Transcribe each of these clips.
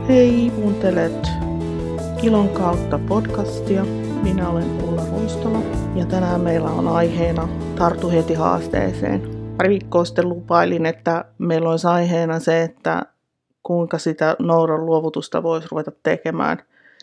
Hei, kuuntelet Ilon kautta podcastia. Minä olen Ulla Ruistola ja tänään meillä on aiheena Tartu heti haasteeseen. Pari viikkoa sitten lupailin, että meillä olisi aiheena se, että kuinka sitä noudan luovutusta voisi ruveta tekemään.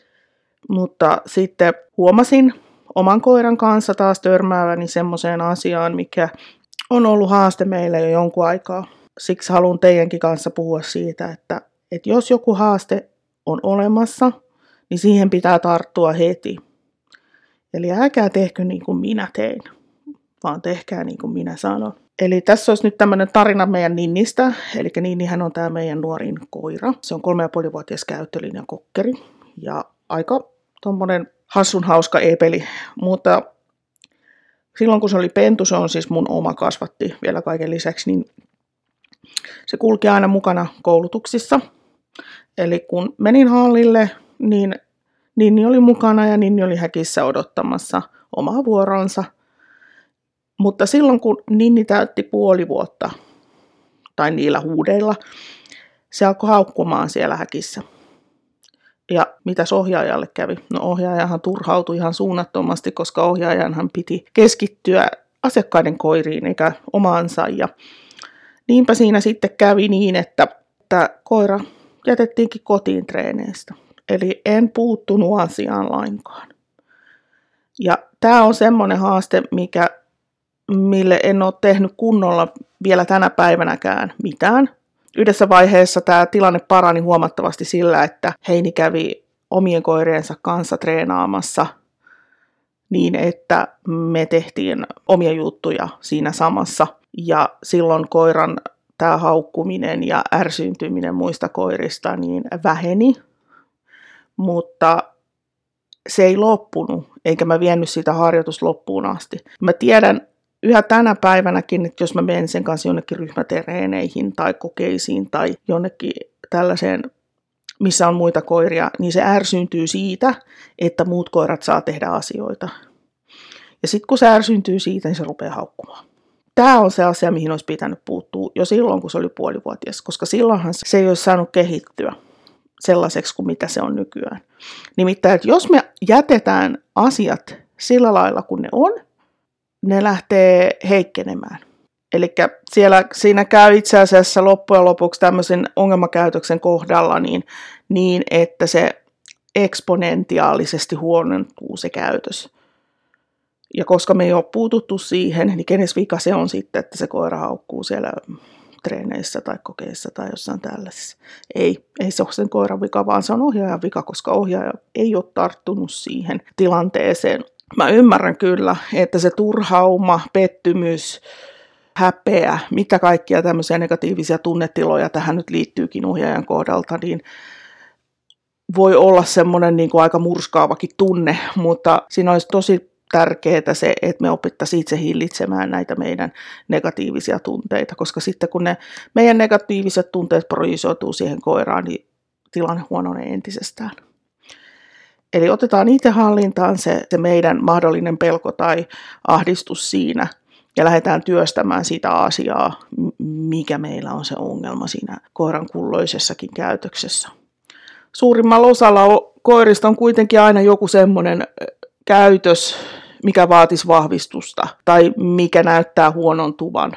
Mutta sitten huomasin oman koiran kanssa taas törmääväni semmoiseen asiaan, mikä on ollut haaste meille jo jonkun aikaa. Siksi haluan teidänkin kanssa puhua siitä, että jos joku haaste on olemassa, niin siihen pitää tarttua heti. Eli älkää tehkö niin kuin minä tein, vaan tehkää niin kuin minä sanon. Eli tässä olisi nyt tämmöinen tarina meidän Ninnistä. Eli Ninnihän on tämä meidän nuorin koira. Se on 3,5-vuotias käyttölinjan kokkeri. Ja aika tommonen hassun hauska e-peli. Mutta silloin kun se oli pentu, se on siis mun oma kasvatti vielä kaiken lisäksi, niin se kulki aina mukana koulutuksissa. Eli kun menin hallille, niin Ninni oli mukana ja Ninni oli häkissä odottamassa omaa vuoronsa. Mutta silloin kun Ninni täytti 5,5 vuotta, tai niillä huudeilla, se alkoi haukkumaan siellä häkissä. Ja mitäs ohjaajalle kävi? No ohjaajahan turhautui ihan suunnattomasti, koska ohjaajanhan piti keskittyä asiakkaiden koiriin eikä omaansa. Ja niinpä siinä sitten kävi niin, että koira jätettiinkin kotiin treeneistä. Eli en puuttunut asiaan lainkaan. Ja tämä on semmoinen haaste, mille en ole tehnyt kunnolla vielä tänä päivänäkään mitään. Yhdessä vaiheessa tämä tilanne parani huomattavasti sillä, että Heini kävi omien koiriensa kanssa treenaamassa niin, että me tehtiin omia juttuja siinä samassa. Ja silloin koiran tämä haukkuminen ja ärsyyntyminen muista koirista niin väheni, mutta se ei loppunut, eikä mä vienyt sitä harjoitus loppuun asti. Mä tiedän yhä tänä päivänäkin, että jos mä menen sen kanssa jonnekin ryhmätreeneihin tai kokeisiin tai jonnekin tällaiseen, missä on muita koiria, niin se ärsyyntyy siitä, että muut koirat saa tehdä asioita. Ja sitten kun se ärsyyntyy siitä, niin se rupeaa haukkumaan. Tämä on se asia, mihin olisi pitänyt puuttua jo silloin, kun se oli 5,5-vuotias, koska silloinhan se ei olisi saanut kehittyä sellaiseksi kuin mitä se on nykyään. Nimittäin, että jos me jätetään asiat sillä lailla kuin ne on, ne lähtee heikkenemään. Eli siinä käy itse asiassa loppujen lopuksi tämmöisen ongelmakäytöksen kohdalla niin, että se eksponentiaalisesti huonontuu se käytös. Ja koska me ei ole puututtu siihen, niin kenes vika se on sitten, että se koira haukkuu siellä treeneissä tai kokeissa tai jossain tällaisessa. Ei se ole sen koiran vika, vaan se on ohjaajan vika, koska ohjaaja ei ole tarttunut siihen tilanteeseen. Mä ymmärrän kyllä, että se turhauma, pettymys, häpeä, mitä kaikkia tämmöisiä negatiivisia tunnetiloja tähän nyt liittyykin ohjaajan kohdalta, niin voi olla semmoinen niin kuin aika murskaavakin tunne, mutta siinä olisi tosi tärkeää se, että me opittaisiin itse hillitsemään näitä meidän negatiivisia tunteita, koska sitten kun ne meidän negatiiviset tunteet projisoituu siihen koiraan, niin tilanne huononee entisestään. Eli otetaan itse hallintaan se meidän mahdollinen pelko tai ahdistus siinä ja lähdetään työstämään sitä asiaa, mikä meillä on se ongelma siinä koiran kulloisessakin käytöksessä. Suurimmalla osalla koirista on kuitenkin aina joku semmoinen käytös, mikä vaatisi vahvistusta tai mikä näyttää huonontuvan.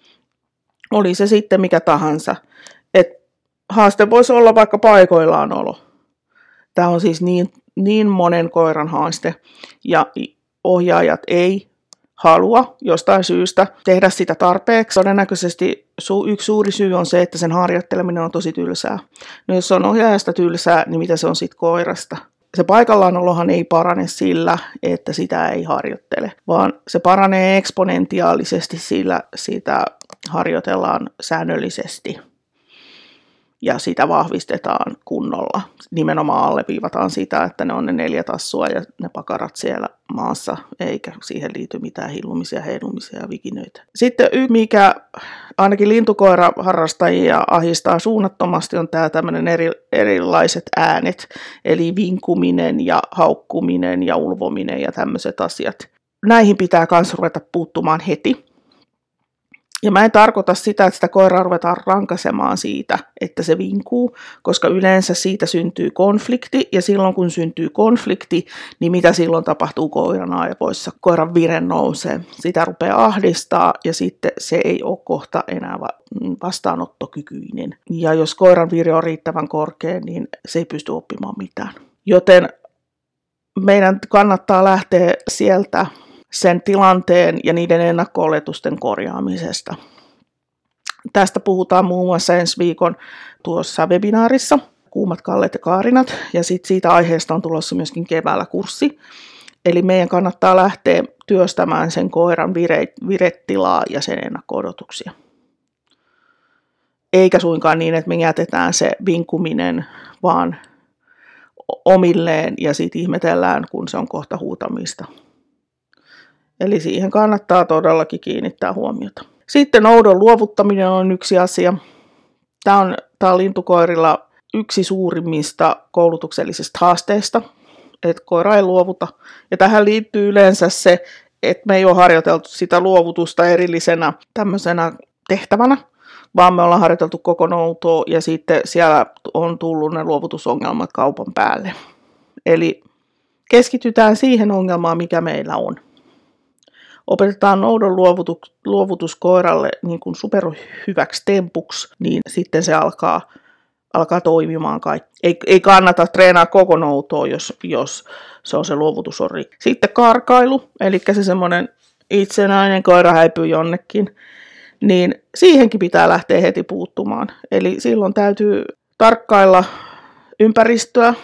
Oli se sitten mikä tahansa. Et haaste voisi olla vaikka paikoillaanolo. Tämä on siis niin monen koiran haaste ja ohjaajat ei halua jostain syystä tehdä sitä tarpeeksi. Todennäköisesti yksi suuri syy on se, että sen harjoitteleminen on tosi tylsää. No jos se on ohjaajasta tylsää, niin mitä se on sitten koirasta? Se paikallaanolohan ei parane sillä, että sitä ei harjoittele, vaan se paranee eksponentiaalisesti sillä sitä harjoitellaan säännöllisesti ja sitä vahvistetaan kunnolla. Nimenomaan alleviivataan sitä, että ne on ne 4 tassua ja ne pakarat siellä maassa, eikä siihen liity mitään hillumisia, heilumisia ja vikinöitä. Sitten mikä ainakin lintukoiraharrastajia ahdistaa suunnattomasti on tämä tämmöinen erilaiset äänet, eli vinkuminen ja haukkuminen ja ulvominen ja tämmöiset asiat. Näihin pitää myös ruveta puuttumaan heti. Ja mä en tarkoita sitä, että sitä koiraa ruvetaan rankaisemaan siitä, että se vinkuu, koska yleensä siitä syntyy konflikti, ja silloin kun syntyy konflikti, niin mitä silloin tapahtuu koiran aivoissa? Koiran vire nousee, sitä rupeaa ahdistaa, ja sitten se ei ole kohta enää vastaanottokykyinen. Ja jos koiran vire on riittävän korkea, niin se ei pysty oppimaan mitään. Joten meidän kannattaa lähteä sieltä sen tilanteen ja niiden ennakko-oletusten korjaamisesta. Tästä puhutaan muun muassa ensi viikon tuossa webinaarissa, Kuumat Kallet ja Kaarinat, ja sitten siitä aiheesta on tulossa myöskin keväällä kurssi. Eli meidän kannattaa lähteä työstämään sen koiran viretilaa ja sen ennakko-odotuksia. Eikä suinkaan niin, että me jätetään se vinkuminen vaan omilleen ja sitten ihmetellään, kun se on kohta huutamista. Eli siihen kannattaa todellakin kiinnittää huomiota. Sitten oudon luovuttaminen on yksi asia. Tämä on lintukoirilla yksi suurimmista koulutuksellisista haasteista, että koira ei luovuta. Ja tähän liittyy yleensä se, että me ei ole harjoiteltu sitä luovutusta erillisenä tämmöisenä tehtävänä, vaan me ollaan harjoiteltu koko noutoa ja sitten siellä on tullut ne luovutusongelmat kaupan päälle. Eli keskitytään siihen ongelmaan, mikä meillä on. Opetetaan noudon luovutus koiralle niin kuin superhyväksi tempuksi, niin sitten se alkaa toimimaan kaikki. Ei kannata treenaa koko noutoa, jos se luovutus on rikki. Sitten karkailu, eli se semmoinen itsenäinen koira häipyy jonnekin, niin siihenkin pitää lähteä heti puuttumaan. Eli silloin täytyy tarkkailla ympäristöä,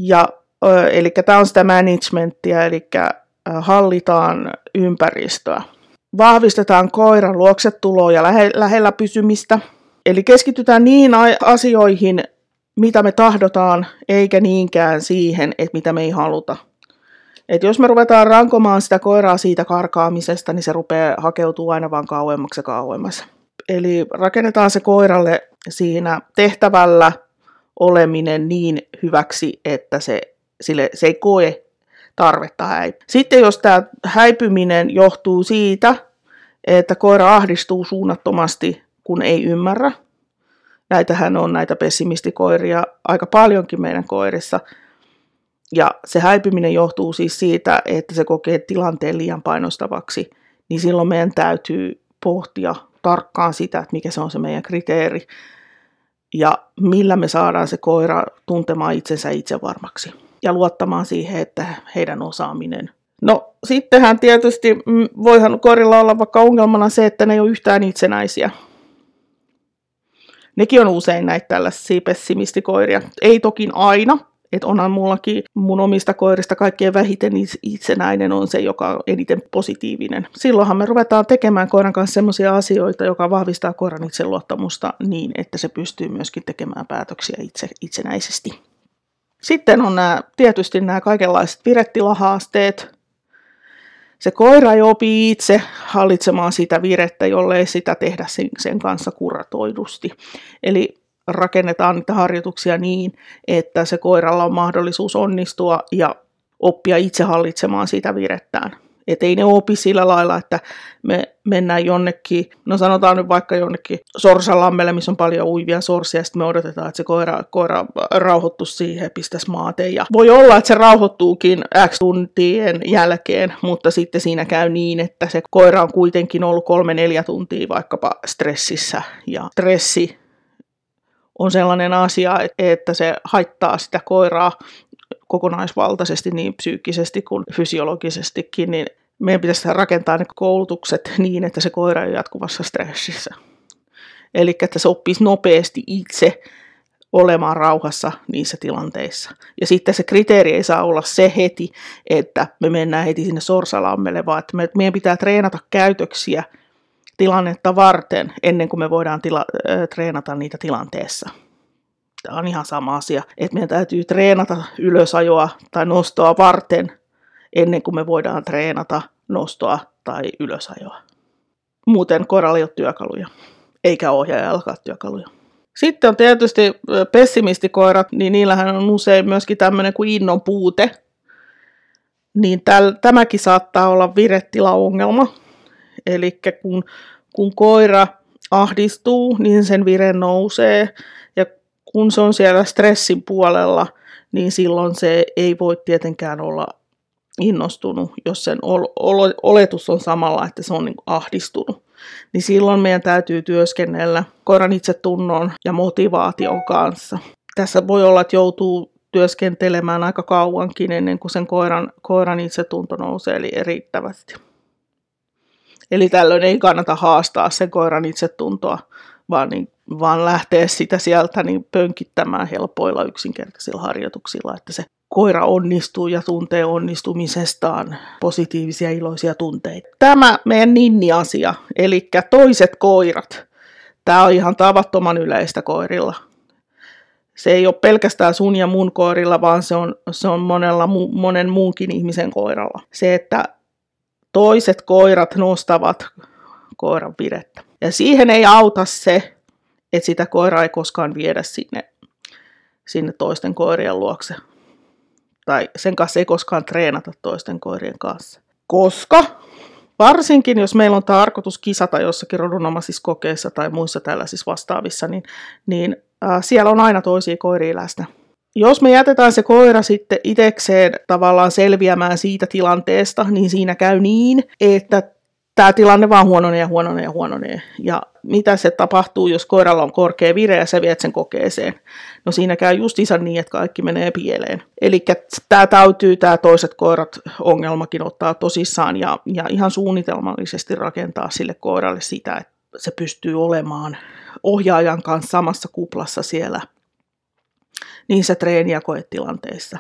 eli tämä on sitä managementtia, eli hallitaan ympäristöä. Vahvistetaan koiran luoksetuloa ja lähellä pysymistä. Eli keskitytään niihin asioihin, mitä me tahdotaan, eikä niinkään siihen, että mitä me ei haluta. Et jos me ruvetaan rankomaan sitä koiraa siitä karkaamisesta, niin se rupeaa hakeutumaan aina vaan kauemmaksi ja kauemmas. Eli rakennetaan se koiralle siinä tehtävällä oleminen niin hyväksi, että se ei koe tarvetta häipyä. Sitten jos tämä häipyminen johtuu siitä, että koira ahdistuu suunnattomasti, kun ei ymmärrä. Näitähän on näitä pessimistikoiria aika paljonkin meidän koirissa. Ja se häipyminen johtuu siis siitä, että se kokee tilanteen liian painostavaksi. Niin silloin meidän täytyy pohtia tarkkaan sitä, että mikä se on se meidän kriteeri. Ja millä me saadaan se koira tuntemaan itsensä itsevarmaksi. Ja luottamaan siihen, että heidän osaaminen. No sittenhän tietysti voihan koirilla olla vaikka ongelmana se, että ne ei ole yhtään itsenäisiä. Nekin on usein näitä tällaisia pessimistikoiria. Ei toki aina, että onhan mullakin mun omista koirista kaikkein vähiten itsenäinen on se, joka on eniten positiivinen. Silloinhan me ruvetaan tekemään koiran kanssa sellaisia asioita, joka vahvistaa koiran itseluottamusta niin, että se pystyy myöskin tekemään päätöksiä itsenäisesti. Sitten on tietysti nämä kaikenlaiset viretilahaasteet. Se koira ei opi itse hallitsemaan sitä virettä, jollei sitä tehdä sen kanssa kuratoidusti. Eli rakennetaan niitä harjoituksia niin, että se koiralla on mahdollisuus onnistua ja oppia itse hallitsemaan sitä virettään. Että ei ne opi sillä lailla, että me mennään jonnekin, no sanotaan nyt vaikka jonnekin sorsalammelle, missä on paljon uivia sorsia, ja sitten me odotetaan, että se koira rauhoittuisi siihen ja pistäisi maateen. Ja voi olla, että se rauhoittuukin X tuntien jälkeen, mutta sitten siinä käy niin, että se koira on kuitenkin ollut 3-4 tuntia vaikkapa stressissä. Ja stressi on sellainen asia, että se haittaa sitä koiraa kokonaisvaltaisesti niin psyykkisesti kuin fysiologisestikin, niin meidän pitäisi rakentaa ne koulutukset niin, että se koira ei ole jatkuvassa stressissä. Eli että se oppisi nopeasti itse olemaan rauhassa niissä tilanteissa. Ja sitten se kriteeri ei saa olla se heti, että me mennään heti sinne sorsalammelle, vaan että meidän pitää treenata käytöksiä tilannetta varten ennen kuin me voidaan treenata niitä tilanteessa. Tämä on ihan sama asia, että meidän täytyy treenata ylösajoa tai nostoa varten ennen kuin me voidaan treenata nostoa tai ylösajoa. Muuten koiralla ei ole työkaluja, eikä ohjaajallakaan työkaluja. Sitten on tietysti pessimistikoirat, niin niillähän on usein myöskin tämmöinen kuin innon puute. Niin tämäkin saattaa olla viretilaongelma. Eli kun kun koira ahdistuu, niin sen vire nousee, ja kun se on siellä stressin puolella, niin silloin se ei voi tietenkään olla innostunut, jos sen oletus on samalla, että se on niin ahdistunut. Niin silloin meidän täytyy työskennellä koiran itsetunnon ja motivaation kanssa. Tässä voi olla, että joutuu työskentelemään aika kauankin ennen kuin sen koiran itsetunto nousee riittävästi. Eli tällöin ei kannata haastaa sen koiran itsetuntoa, vaan lähteä sitä sieltä pönkittämään helpoilla yksinkertaisilla harjoituksilla, että se koira onnistuu ja tuntee onnistumisestaan positiivisia iloisia tunteita. Tämä meidän ninni-asia, eli toiset koirat, tämä on ihan tavattoman yleistä koirilla. Se ei ole pelkästään sun ja mun koirilla, vaan se on monen muunkin ihmisen koiralla. Se, että toiset koirat nostavat koiran virettä. Ja siihen ei auta se, että sitä koiraa ei koskaan viedä sinne toisten koirien luokse. Tai sen kanssa ei koskaan treenata toisten koirien kanssa. Koska varsinkin, jos meillä on tarkoitus kisata jossakin rodunomaisissa kokeissa tai muissa tällaisissa vastaavissa, niin siellä on aina toisia koiria läsnä. Jos me jätetään se koira sitten itsekseen tavallaan selviämään siitä tilanteesta, niin siinä käy niin, että tämä tilanne vaan huononee. Ja mitä se tapahtuu, jos koiralla on korkea vire ja sä viet sen kokeeseen? No siinä käy just niin, että kaikki menee pieleen. Eli tämä täytyy tämä toiset koirat ongelmakin ottaa tosissaan ja ihan suunnitelmallisesti rakentaa sille koiralle sitä, että se pystyy olemaan ohjaajan kanssa samassa kuplassa siellä niissä treeni- ja koetilanteissa.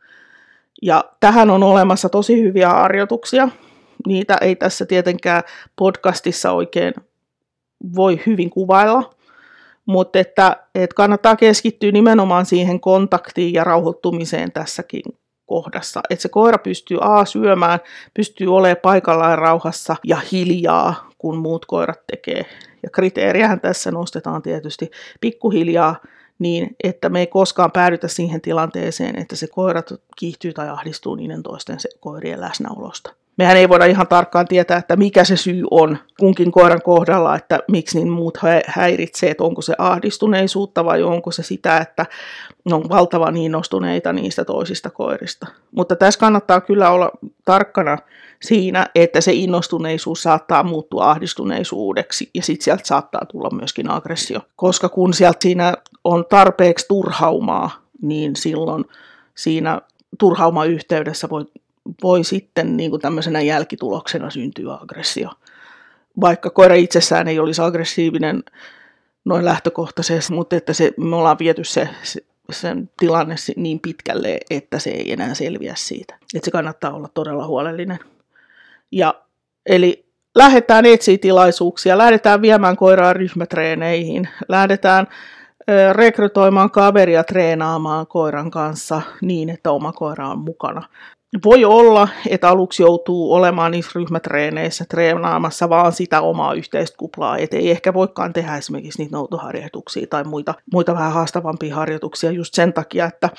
Ja tähän on olemassa tosi hyviä harjoituksia. Niitä ei tässä tietenkään podcastissa oikein voi hyvin kuvailla, mutta että kannattaa keskittyä nimenomaan siihen kontaktiin ja rauhoittumiseen tässäkin kohdassa. Että se koira pystyy syömään, pystyy olemaan paikallaan rauhassa ja hiljaa, kun muut koirat tekee. Ja kriteeriähän tässä nostetaan tietysti pikkuhiljaa niin, että me ei koskaan päädytä siihen tilanteeseen, että se koirat kiihtyy tai ahdistuu niiden toisten koirien läsnäolosta. Mehän ei voida ihan tarkkaan tietää, että mikä se syy on kunkin koiran kohdalla, että miksi niin muut häiritsee, että onko se ahdistuneisuutta vai onko se sitä, että ne on valtavan innostuneita niistä toisista koirista. Mutta tässä kannattaa kyllä olla tarkkana siinä, että se innostuneisuus saattaa muuttua ahdistuneisuudeksi ja sitten sieltä saattaa tulla myöskin aggressio. Koska kun sieltä siinä on tarpeeksi turhaumaa, niin silloin siinä turhauma-yhteydessä voi sitten niin kuin tämmöisenä jälkituloksena syntyä aggressio. Vaikka koira itsessään ei olisi aggressiivinen noin lähtökohtaisesti, mutta että me ollaan viety sen tilanne niin pitkälle, että se ei enää selviä siitä. Että se kannattaa olla todella huolellinen. Eli lähdetään etsiä tilaisuuksia, lähdetään viemään koiraa ryhmätreeneihin, lähdetään rekrytoimaan kaveria treenaamaan koiran kanssa niin, että oma koira on mukana. Voi olla, että aluksi joutuu olemaan niissä ryhmätreeneissä treenaamassa vaan sitä omaa yhteistä kuplaa, et ei ehkä voikaan tehdä esimerkiksi niitä noutoharjoituksia tai muita vähän haastavampia harjoituksia just sen takia, että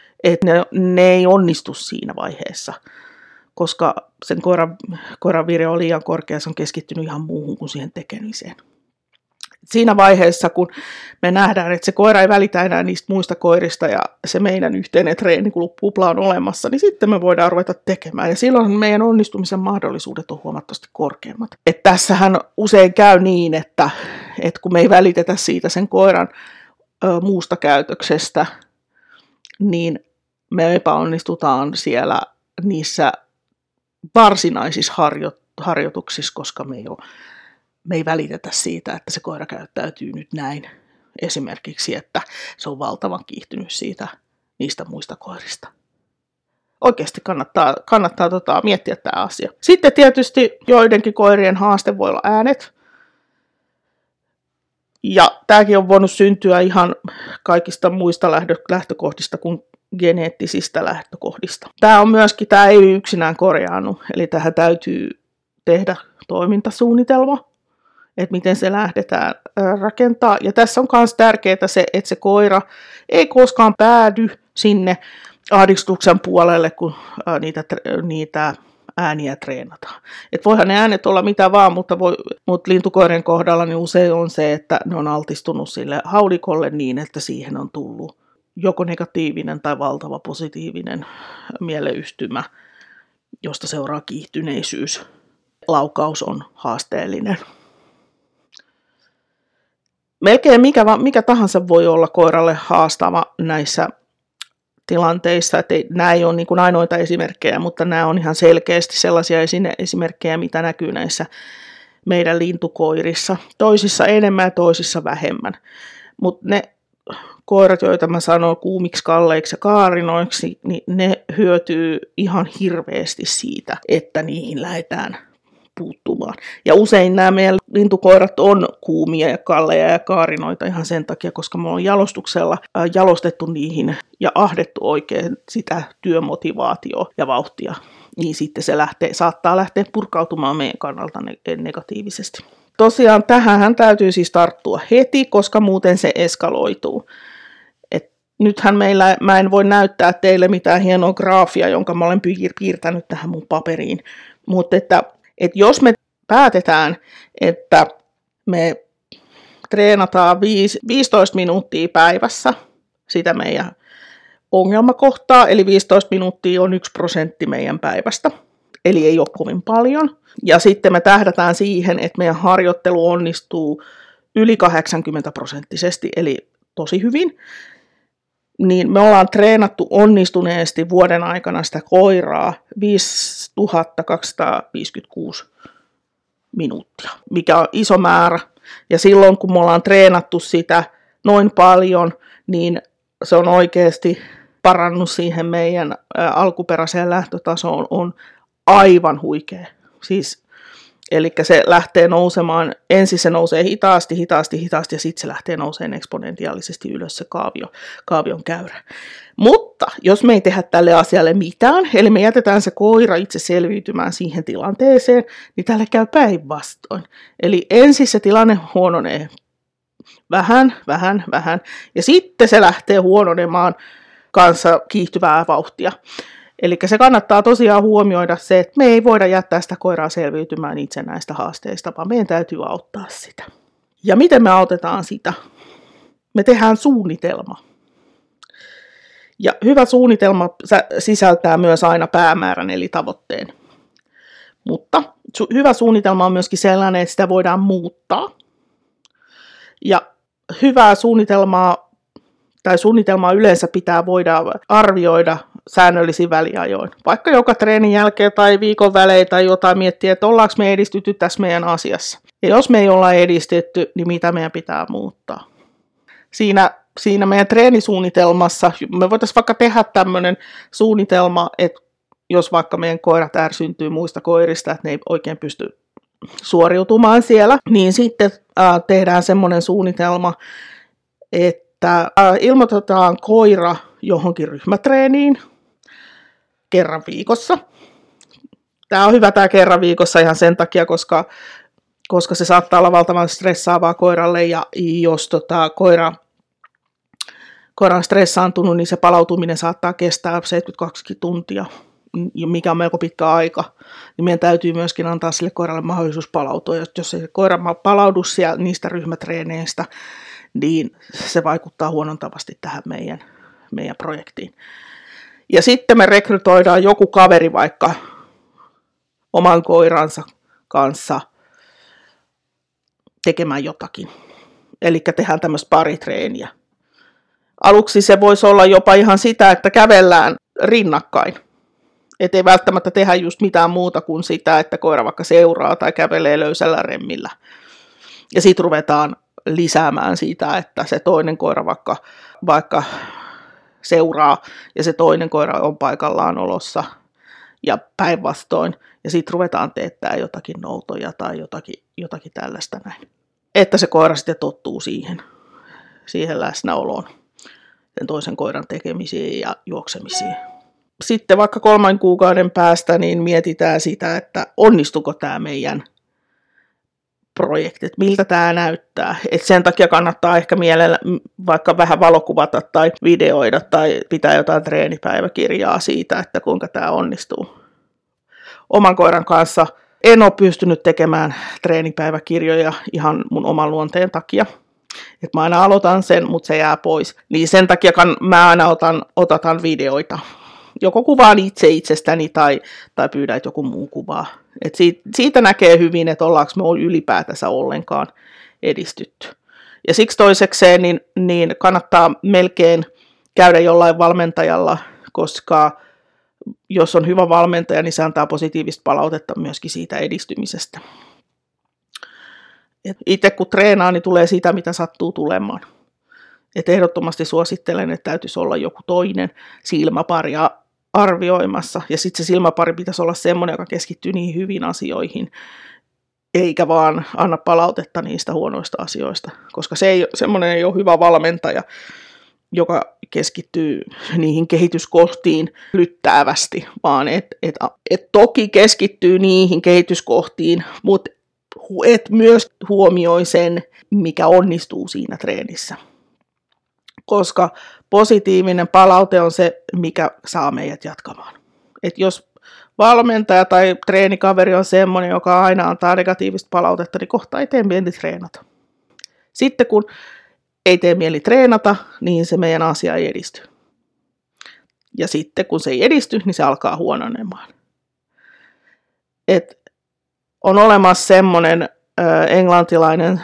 ne ei onnistu siinä vaiheessa, koska sen koiran vire on liian korkea, se on keskittynyt ihan muuhun kuin siihen tekemiseen. Siinä vaiheessa, kun me nähdään, että se koira ei välitä enää niistä muista koirista ja se meidän yhteinen treenikupla on olemassa, niin sitten me voidaan ruveta tekemään. Ja silloin meidän onnistumisen mahdollisuudet on huomattavasti korkeammat. Että tässähän usein käy niin, että kun me ei välitetä siitä sen koiran muusta käytöksestä, niin me epäonnistutaan siellä niissä varsinaisissa harjoituksissa, koska me ei välitetä siitä, että se koira käyttäytyy nyt näin. Esimerkiksi, että se on valtavan kiihtynyt niistä muista koirista. Oikeasti kannattaa miettiä tämä asia. Sitten tietysti joidenkin koirien haaste voi olla äänet. Ja tämäkin on voinut syntyä ihan kaikista muista lähtökohdista kuin geneettisistä lähtökohdista. Tämä ei yksinään korjaannu, eli tähän täytyy tehdä toimintasuunnitelma, että miten se lähdetään rakentaa. Ja tässä on myös tärkeää se, että se koira ei koskaan päädy sinne ahdistuksen puolelle, kun niitä ääniä treenataan. Et voihan ne äänet olla mitä vaan, mutta lintukoirien kohdalla niin usein on se, että ne on altistunut sille haulikolle niin, että siihen on tullut joko negatiivinen tai valtava positiivinen mieleyhtymä, josta seuraa kiihtyneisyys. Laukaus on haasteellinen. Melkein mikä tahansa voi olla koiralle haastava näissä tilanteissa. Että nämä ei ole niin kuin ainoita esimerkkejä, mutta nämä on ihan selkeästi sellaisia esimerkkejä, mitä näkyy näissä meidän lintukoirissa. Toisissa enemmän ja toisissa vähemmän. Mutta ne koirat, joita mä sanon kuumiksi, kalleiksi ja kaarinoiksi, niin ne hyötyy ihan hirveästi siitä, että niihin lähdetään puuttumaan. Ja usein nämä meidän lintukoirat on kuumia ja kalleja ja kaarinoita ihan sen takia, koska me on jalostuksella jalostettu niihin ja ahdettu oikein sitä työmotivaatioa ja vauhtia. Niin sitten se saattaa lähteä purkautumaan meidän kannalta negatiivisesti. Tosiaan tähän täytyy siis tarttua heti, koska muuten se eskaloituu. Nythän mä en voi näyttää teille mitään hienoa graafia, jonka mä olen piirtänyt tähän mun paperiin, mutta että jos me päätetään, että me treenataan 15 minuuttia päivässä sitä meidän ongelmakohtaa, eli 15 minuuttia on 1% meidän päivästä, eli ei ole kovin paljon. Ja sitten me tähdätään siihen, että meidän harjoittelu onnistuu yli 80%, eli tosi hyvin. Niin me ollaan treenattu onnistuneesti vuoden aikana sitä koiraa 5256 minuuttia, mikä on iso määrä. Ja silloin kun me ollaan treenattu sitä noin paljon, niin se on oikeasti parannus siihen meidän alkuperäiseen lähtötasoon on aivan huikea. Eli se lähtee nousemaan, ensin se nousee hitaasti ja sitten se lähtee nousemaan eksponentiaalisesti ylös se kaavion käyrä. Mutta jos me ei tehdä tälle asialle mitään, eli me jätetään se koira itse selviytymään siihen tilanteeseen, niin tälle käy päinvastoin. Eli ensin se tilanne huononee vähän, ja sitten se lähtee huononemaan kanssa kiihtyvää vauhtia. Eli se kannattaa tosiaan huomioida se, että me ei voida jättää sitä koiraa selviytymään itse näistä haasteista, vaan meidän täytyy auttaa sitä. Ja miten me autetaan sitä? Me tehdään suunnitelma. Ja hyvä suunnitelma sisältää myös aina päämäärän eli tavoitteen. Mutta hyvä suunnitelma on myöskin sellainen, että sitä voidaan muuttaa. Ja hyvää suunnitelmaa yleensä pitää voida arvioida säännöllisin väliajoin. Vaikka joka treenin jälkeen tai viikon välein tai jotain miettiä, että ollaanko me edistytty tässä meidän asiassa. Ja jos me ei olla edistetty, niin mitä meidän pitää muuttaa? Siinä meidän treenisuunnitelmassa me voitaisiin vaikka tehdä tämmöinen suunnitelma, että jos vaikka meidän koirat ärsyntyy muista koirista, että ne ei oikein pysty suoriutumaan siellä, niin sitten tehdään semmoinen suunnitelma, että ilmoitetaan koira johonkin ryhmätreeniin kerran viikossa. Tämä on hyvä tämä kerran viikossa ihan sen takia, koska se saattaa olla valtavan stressaavaa koiralle, ja jos koira on stressaantunut, niin se palautuminen saattaa kestää 72 tuntia, mikä on melko pitkä aika. Niin meidän täytyy myöskin antaa sille koiralle mahdollisuus palautua. Jos se koira palaudu niistä ryhmätreeneistä, niin se vaikuttaa huonontavasti tähän meidän projektiin. Ja sitten me rekrytoidaan joku kaveri vaikka oman koiransa kanssa tekemään jotakin. Eli tehdään tämmöistä paritreeniä. Aluksi se voisi olla jopa ihan sitä, että kävellään rinnakkain. Että ei välttämättä tehdä just mitään muuta kuin sitä, että koira vaikka seuraa tai kävelee löysällä remmillä. Ja sitten ruvetaan lisäämään sitä, että se toinen koira vaikka seuraa ja se toinen koira on paikallaan olossa ja päinvastoin. Ja sitten ruvetaan teettää jotakin noutoja tai jotakin tällaista näin. Että se koira sitten tottuu siihen läsnäoloon, sen toisen koiran tekemisiin ja juoksemisiin. Sitten vaikka 3 kuukauden päästä niin mietitään sitä, että onnistuko tämä meidän projekti, että miltä tämä näyttää. Et sen takia kannattaa ehkä mielellä vaikka vähän valokuvata tai videoida tai pitää jotain treenipäiväkirjaa siitä, että kuinka tämä onnistuu. oman koiran kanssa en ole pystynyt tekemään treenipäiväkirjoja ihan mun oman luonteen takia. Et mä aina aloitan sen, mutta se jää pois. Niin sen takia mä aina otan videoita. Joko kuvaan itsestäni tai pyydän, että joku muu kuvaa. Et siitä näkee hyvin, että ollaanko me ylipäätänsä ollenkaan edistytty. Ja siksi toisekseen niin kannattaa melkein käydä jollain valmentajalla, koska jos on hyvä valmentaja, niin se antaa positiivista palautetta myöskin siitä edistymisestä. Itse kun treenaan, niin tulee sitä, mitä sattuu tulemaan. Et ehdottomasti suosittelen, että täytyisi olla joku toinen silmäparia arvioimassa. Ja sitten se silmäpari pitäisi olla semmoinen, joka keskittyy niihin hyviin asioihin, eikä vaan anna palautetta niistä huonoista asioista. Koska semmoinen ei ole hyvä valmentaja, joka keskittyy niihin kehityskohtiin lyttäävästi, vaan et toki keskittyy niihin kehityskohtiin, mutta et myös huomioi sen, mikä onnistuu siinä treenissä. Koska positiivinen palaute on se, mikä saa meidät jatkamaan. Et jos valmentaja tai treenikaveri on semmoinen, joka aina antaa negatiivista palautetta, niin kohta ei tee mieli treenata. Sitten kun ei tee mieli treenata, niin se meidän asia ei edisty. Ja sitten kun se ei edisty, niin se alkaa huononemaan. On olemassa semmoinen englantilainen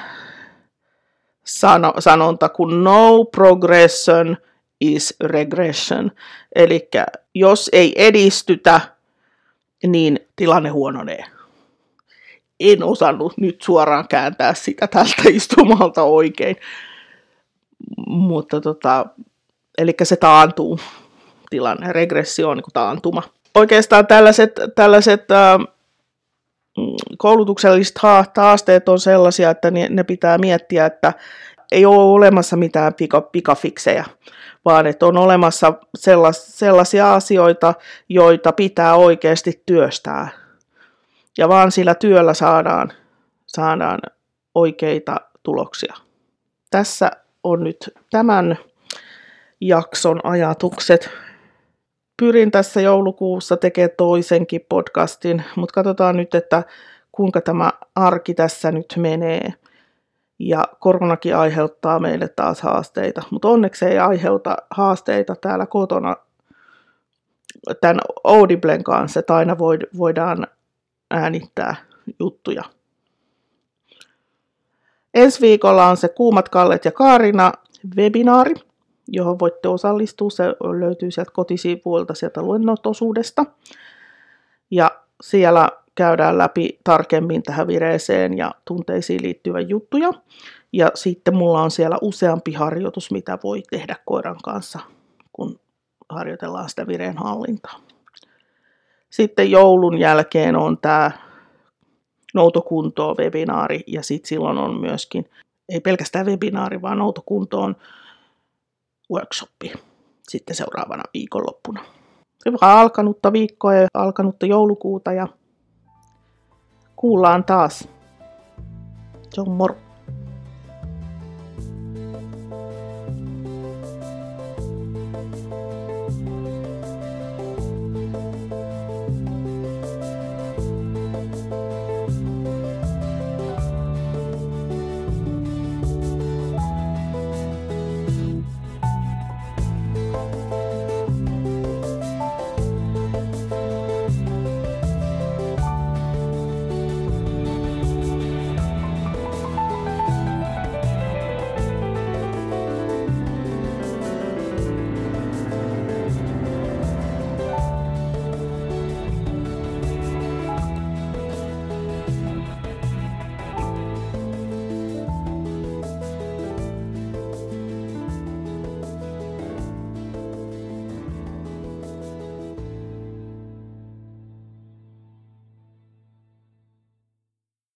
sanonta kuin no progression is regression. Eli jos ei edistytä, niin tilanne huononee. En osannut nyt suoraan kääntää sitä tältä istumalta oikein. Mutta eli se taantuu tilanne. Regressio on niin kuin taantuma. Oikeastaan tällaiset koulutukselliset haasteet on sellaisia, että ne pitää miettiä, että ei ole olemassa mitään pikafiksejä, vaan että on olemassa sellaisia asioita, joita pitää oikeasti työstää. Ja vaan sillä työllä saadaan oikeita tuloksia. Tässä on nyt tämän jakson ajatukset. Pyrin tässä joulukuussa tekemään toisenkin podcastin, mutta katsotaan nyt, että kuinka tämä arki tässä nyt menee. Ja koronakin aiheuttaa meille taas haasteita, mutta onneksi ei aiheuta haasteita täällä kotona tämän Audiblen kanssa, että aina voidaan äänittää juttuja. Ensi viikolla on se Kuumat Kallet ja Kaarina webinaari, johon voitte osallistua. Se löytyy sieltä kotisivuilta, sieltä luennotosuudesta. Ja siellä käydään läpi tarkemmin tähän vireeseen ja tunteisiin liittyviä juttuja. Ja sitten mulla on siellä useampi harjoitus, mitä voi tehdä koiran kanssa, kun harjoitellaan sitä vireen hallintaa. Sitten joulun jälkeen on tämä noutokuntoon webinaari ja sitten silloin on myöskin, ei pelkästään webinaari, vaan noutokuntoon workshoppi sitten seuraavana viikonloppuna. Hyvää alkanutta viikkoa ja alkanutta joulukuuta ja kuullaan taas. Se on moro.